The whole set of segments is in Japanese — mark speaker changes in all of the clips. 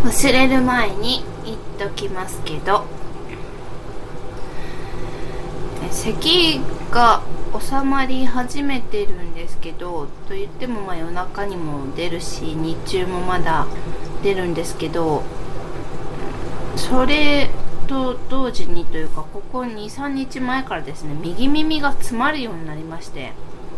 Speaker 1: 忘れる前に言っときますけど、咳が収まり始めてるんですけど、と言っても夜中にも出るし日中もまだ出るんですけど、それと同時にというか、ここ 2,3 日前からですね、右耳が詰まるようになりまして、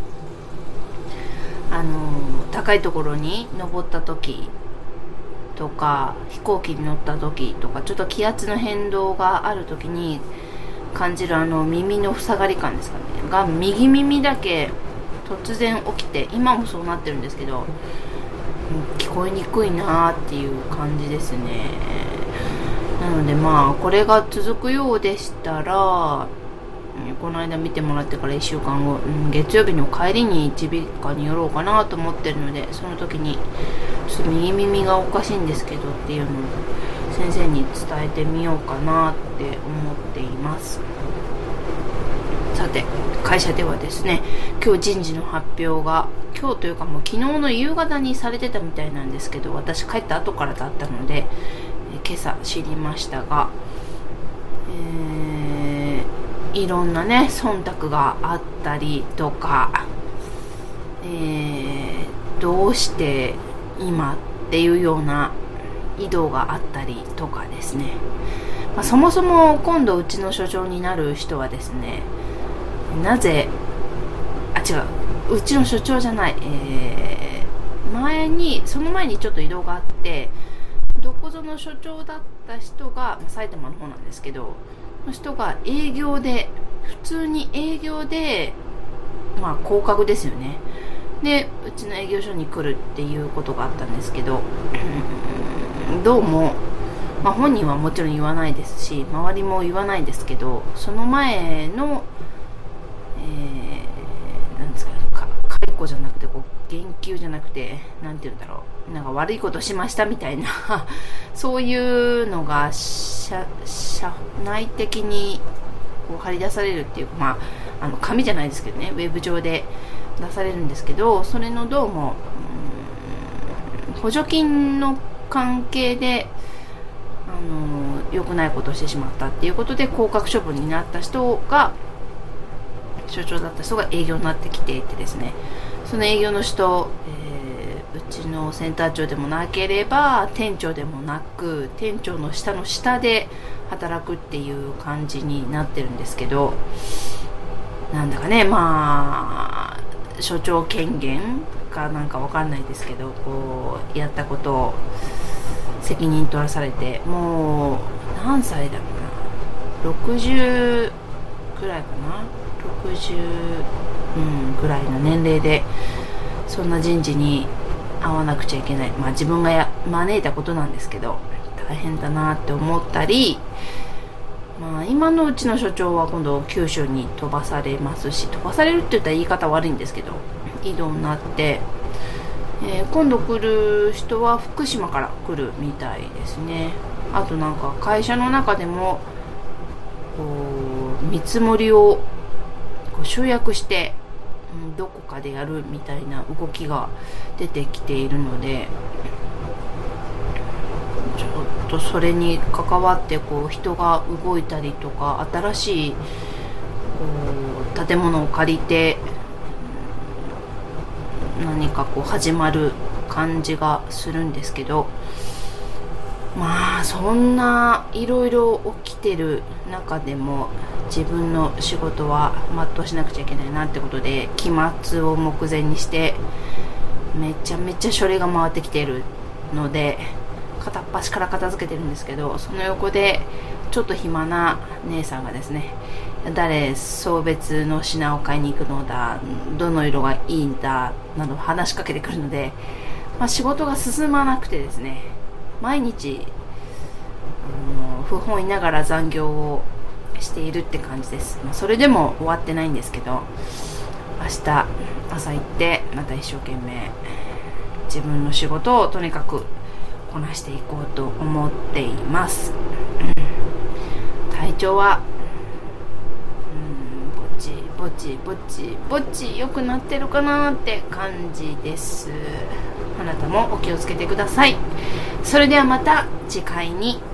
Speaker 1: 高いところに登った時とか飛行機に乗った時とか、ちょっと気圧の変動がある時に感じる耳の塞がり感ですかね、が右耳だけ突然起きて、今もそうなってるんですけど、聞こえにくいなっていう感じですね。なのでこれが続くようでしたら、この間見てもらってから1週間後、月曜日の帰りに耳鼻科に寄ろうかなと思ってるので、その時にちょっと右耳がおかしいんですけどっていうのを先生に伝えてみようかなって思っています。さて、会社ではですね、今日人事の発表が、今日というかもう昨日の夕方にされてたみたいなんですけど、私帰った後からだったので今朝知りましたが、いろんなね忖度があったりとか、どうして今っていうような移動があったりとかですね、そもそも今度うちの所長になる人はですね、うちの所長じゃない、その前にちょっと移動があって、どこぞの所長だった人が、埼玉の方なんですけど、の人が普通に営業で、降格ですよね。で、うちの営業所に来るっていうことがあったんですけど、どうも、本人はもちろん言わないですし、周りも言わないんですけど、その前の、なんですか、解雇じゃなくて、減給じゃなくて、なんて言うんだろう、なんか悪いことしましたみたいなそういうのが社内的に張り出されるっていうか、紙じゃないですけどね、ウェブ上で出されるんですけど、それのどうも補助金の関係で良くないことをしてしまったっていうことで降格処分になった人が、所長だった人が営業になってきていてですね、その営業の人、うちのセンター長でもなければ店長でもなく、店長の下の下で働くっていう感じになってるんですけど、なんだかね、所長権限かなんかわかんないですけど、やったことを責任取らされて、もう何歳だろうな、60くらいかな、60、ぐらいの年齢でそんな人事に会わなくちゃいけない、自分が招いたことなんですけど、大変だなって思ったり、今のうちの所長は今度九州に飛ばされますし、飛ばされるって言ったら言い方悪いんですけど、異動になって、今度来る人は福島から来るみたいですね。あとなんか会社の中でも見積もりを集約してどこかでやるみたいな動きが出てきているので、ちょっとそれに関わって人が動いたりとか、新しい建物を借りて何か始まる感じがするんですけど、そんないろいろ起きてる中でも自分の仕事は全うしなくちゃいけないなってことで、期末を目前にしてめちゃめちゃ書類が回ってきているので、片っ端から片付けてるんですけど、その横でちょっと暇な姉さんがですね、送別の品を買いに行くのだ、どの色がいいんだなど話しかけてくるので、仕事が進まなくてですね、毎日不本意ながら残業をしているって感じです。それでも終わってないんですけど、明日朝行ってまた一生懸命自分の仕事をとにかくこなしていこうと思っています。体調はぼち良くなってるかなって感じです。あなたもお気をつけてください。 それではまた次回に